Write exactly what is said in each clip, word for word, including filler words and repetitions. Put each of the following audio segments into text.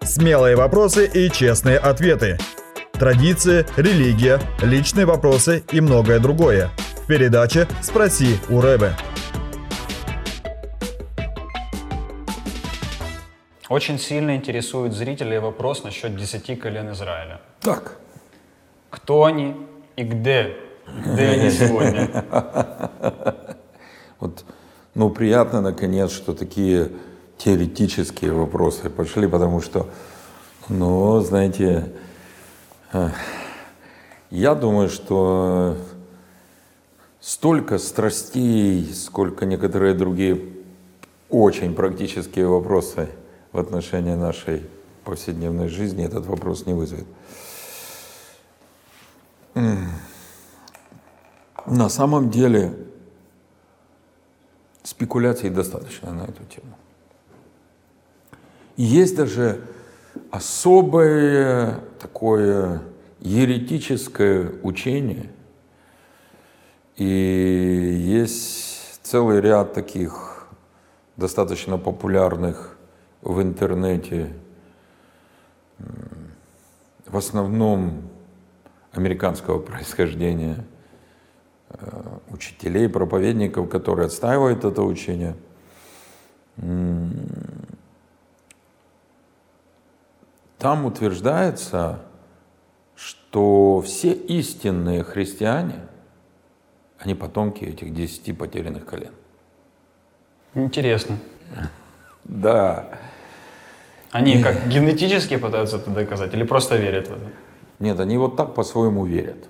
Смелые вопросы и честные ответы. Традиции, религия, личные вопросы и многое другое. В передаче «Спроси у Ребе». Очень сильно интересует зрителей вопрос насчет десяти колен Израиля. Так. Кто они и где? Где они сегодня? Вот, ну, приятно, наконец, что такие теоретические вопросы пошли, потому что, ну, знаете, я думаю, что столько страстей, сколько некоторые другие очень практические вопросы в отношении нашей повседневной жизни этот вопрос не вызовет. На самом деле спекуляций достаточно на эту тему. Есть даже особое такое еретическое учение, и есть целый ряд таких достаточно популярных в интернете, в основном американского происхождения, учителей, проповедников, которые отстаивают это учение. Там утверждается, что все истинные христиане, они потомки этих десяти потерянных колен. Интересно. Да. Они как генетически пытаются это доказать или просто верят в это? Нет, они вот так по-своему верят.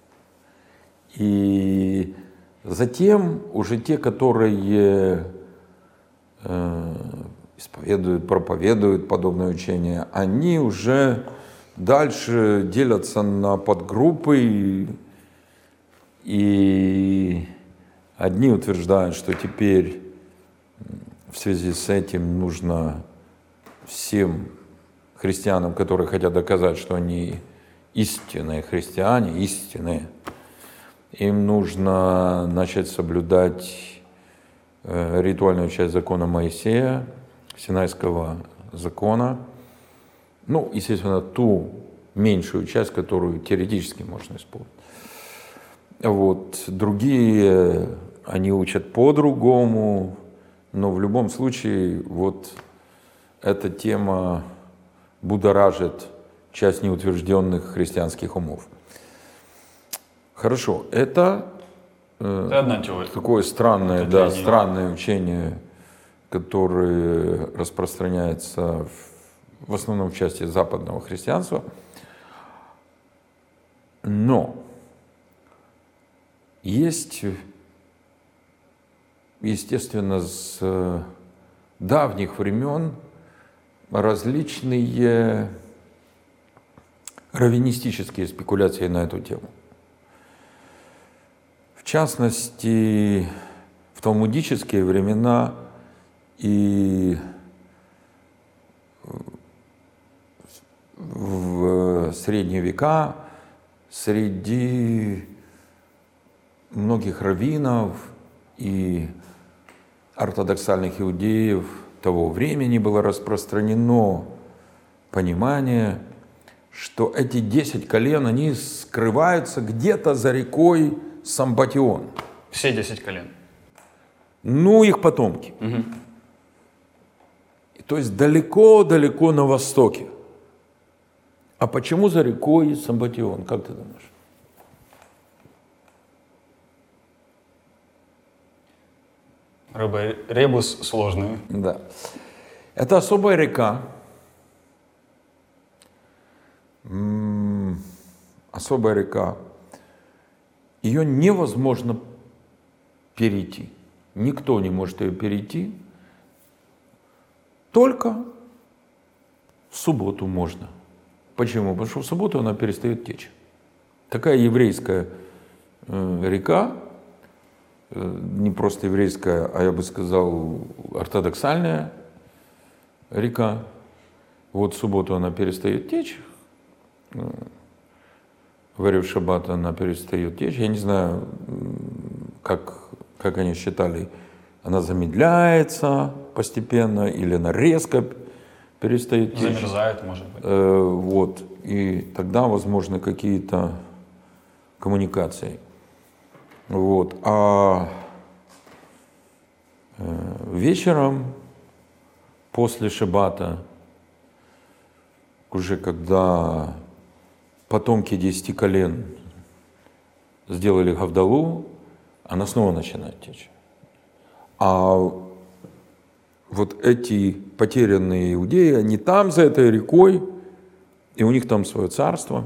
И затем уже те, которые э, исповедуют, проповедуют подобное учение, они уже дальше делятся на подгруппы, и, и одни утверждают, что теперь в связи с этим нужно всем христианам, которые хотят доказать, что они истинные христиане, истинные, им нужно начать соблюдать э, ритуальную часть закона Моисея, Синайского закона. Ну, естественно, ту меньшую часть, которую теоретически можно исполнить. Вот. Другие, они учат по-другому, но в любом случае вот эта тема будоражит часть неутвержденных христианских умов. Хорошо, это, э, это одна теория. Такое странное, это да, странное учение, которое распространяется в, в основном в части западного христианства. Но есть, естественно, с давних времен различные раввинистические спекуляции на эту тему. В частности, в талмудические времена и в средние века среди многих раввинов и ортодоксальных иудеев того времени было распространено понимание, что эти десять колен, они скрываются где-то за рекой Самбатион. Все десять колен? Ну, их потомки. Угу. То есть далеко-далеко на востоке. А почему за рекой Самбатион, как ты думаешь? Рыба, ребус сложный. Да. Это особая река. М-м, особая река. Ее невозможно перейти. Никто не может ее перейти. Только в субботу можно. Почему? Потому что в субботу она перестает течь. Такая еврейская э, река, э, не просто еврейская, а я бы сказал, ортодоксальная река. Вот в субботу она перестает течь. Э, в Эрев шаббат она перестает течь. Я не знаю, как, как они считали, она замедляется постепенно или она резко перестает течь. Замерзает, может быть. Э, вот. И тогда возможны какие-то коммуникации. Вот. А э, вечером, после шаббата, уже когда потомки десяти колен сделали гавдалу, она снова начинает течь. А вот эти потерянные иудеи, они там, за этой рекой, и у них там свое царство.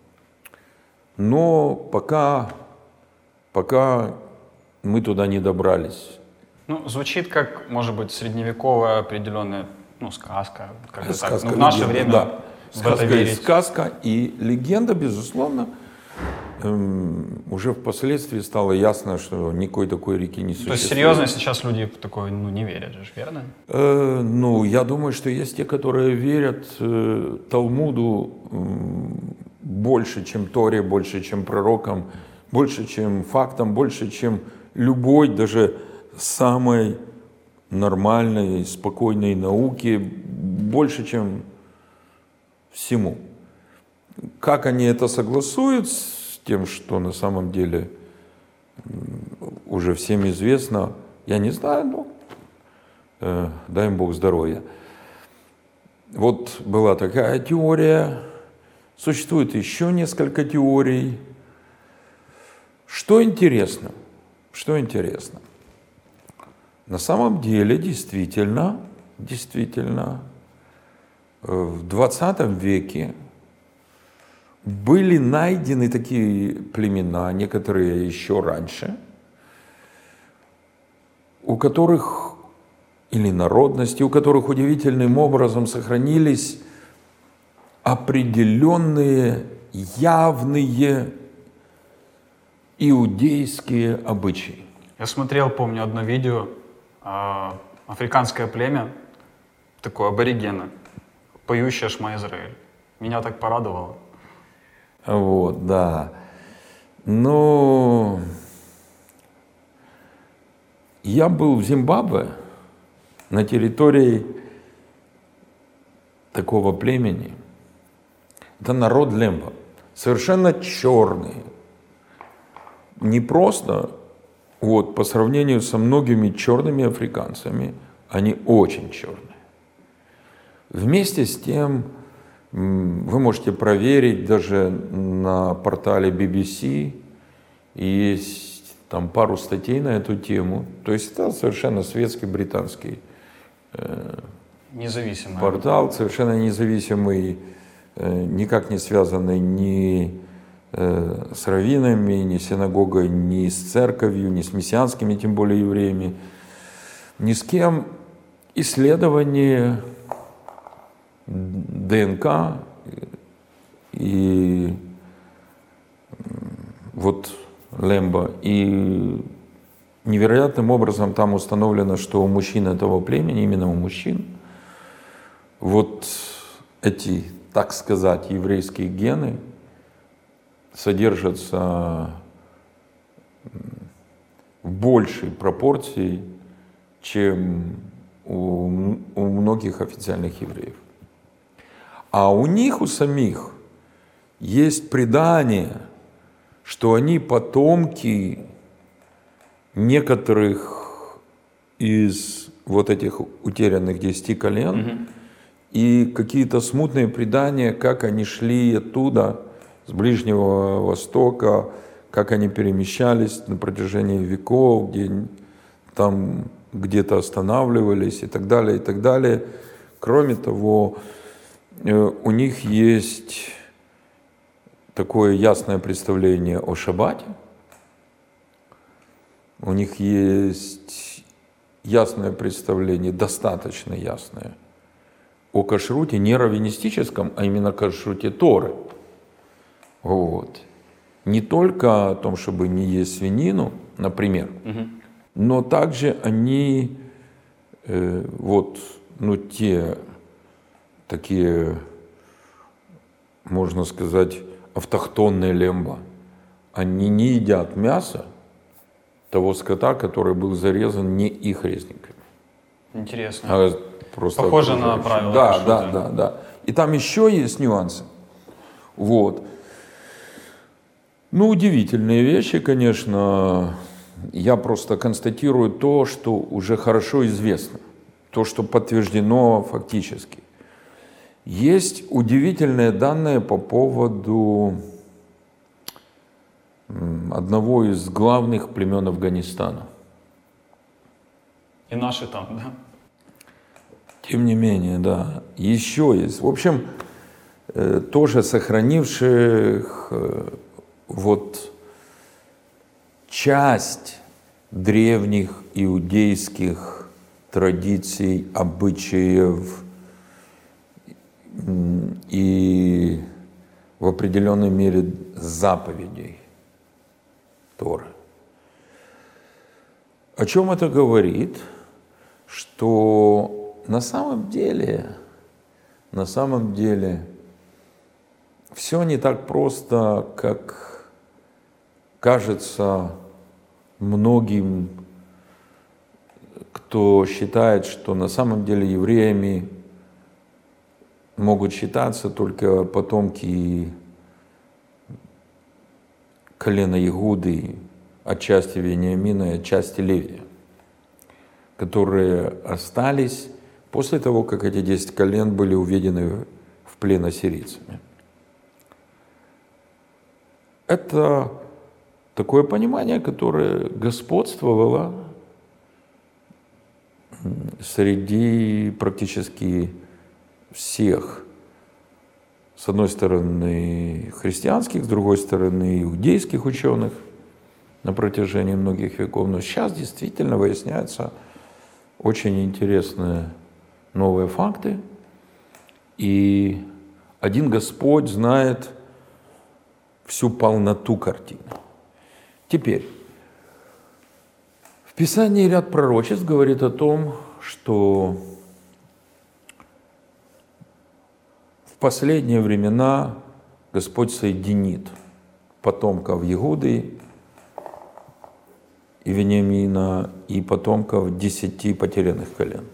Но пока, пока мы туда не добрались. Ну, звучит как, может быть, средневековая определенная, ну, сказка. Как Сказка, так. Ну, в наше легенда, время да. в Сказка это и верить. сказка, и легенда, безусловно. Эм, уже впоследствии стало ясно, что никакой такой реки не существует. То есть серьезно сейчас люди в такое, ну, не верят же, верно? Э, ну, я думаю, что есть те, которые верят э, Талмуду э, больше, чем Торе, больше, чем пророкам, больше, чем фактам, больше, чем любой, даже самой нормальной, спокойной науке, больше, чем всему. Как они это согласуют с тем, что на самом деле уже всем известно, я не знаю, но э, дай им Бог здоровья. Вот была такая теория, существует еще несколько теорий. Что интересно? Что интересно? На самом деле, действительно, действительно, в двадцатом веке были найдены такие племена, некоторые еще раньше, у которых, или народности, у которых удивительным образом сохранились определенные явные иудейские обычаи. Я смотрел, помню, одно видео, э, африканское племя, такое аборигена, поющее Шма Израиль. Меня так порадовало. Вот, да. Ну, я был в Зимбабве на территории такого племени. Это народ Лемба. Совершенно черные. Не просто, вот, по сравнению со многими черными африканцами, они очень черные. Вместе с тем, вы можете проверить даже на портале би би си, есть там пару статей на эту тему. То есть это совершенно светский британский э, Независимый. портал, совершенно независимый, э, никак не связанный ни э, с раввинами, ни с синагогой, ни с церковью, ни с мессианскими, тем более евреями, ни с кем. Исследование ДНК и вот Лемба. И невероятным образом там установлено, что у мужчин этого племени, именно у мужчин, вот эти, так сказать, еврейские гены содержатся в большей пропорции, чем у, у многих официальных евреев. А у них, у самих, есть предание, что они потомки некоторых из вот этих утерянных десяти колен, mm-hmm. и какие-то смутные предания, как они шли оттуда, с Ближнего Востока, как они перемещались на протяжении веков, где там где-то останавливались и так далее, и так далее. Кроме того, у них есть такое ясное представление о шаббате, у них есть ясное представление, достаточно ясное, о кашруте, не раввинистическом, а именно кашруте Торы. Вот. Не только о том, чтобы не есть свинину, например, угу. но также они, э, вот, ну, те такие, можно сказать, автохтонные Лемба, они не едят мясо того скота, который был зарезан не их резниками. Интересно. А просто Похоже на окружающим. правила Да, кашуты. да, да, да. И там еще есть нюансы. Вот. Ну, удивительные вещи, конечно. Я просто констатирую то, что уже хорошо известно. То, что подтверждено фактически. Есть удивительные данные по поводу одного из главных племен Афганистана. И наши там, да? Тем не менее, да, еще есть. В общем, э, тоже сохранивших э, вот часть древних иудейских традиций, обычаев м, и в определенной мере заповедей Торы. О чем это говорит? Что на самом деле, на самом деле, все не так просто, как кажется многим, кто считает, что на самом деле евреями могут считаться только потомки колена Иуды, отчасти Вениамина и отчасти Левия, которые остались после того, как эти десять колен были уведены в плен ассирийцами. Это такое понимание, которое господствовало среди практически всех, с одной стороны христианских, с другой стороны иудейских ученых на протяжении многих веков. Но сейчас действительно выясняются очень интересные новые факты. И один Господь знает всю полноту картины. Теперь, в Писании ряд пророчеств говорит о том, что в последние времена Господь соединит потомков Иуды и Вениамина и потомков десяти потерянных колен.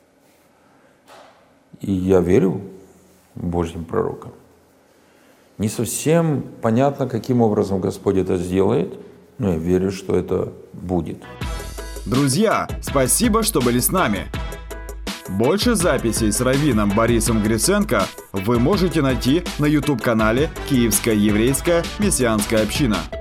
И я верю Божьим пророкам. Не совсем понятно, каким образом Господь это сделает, но я верю, что это будет. Друзья, спасибо, что были с нами. Больше записей с раввином Борисом Гриценко вы можете найти на YouTube-канале «Киевская еврейская мессианская община».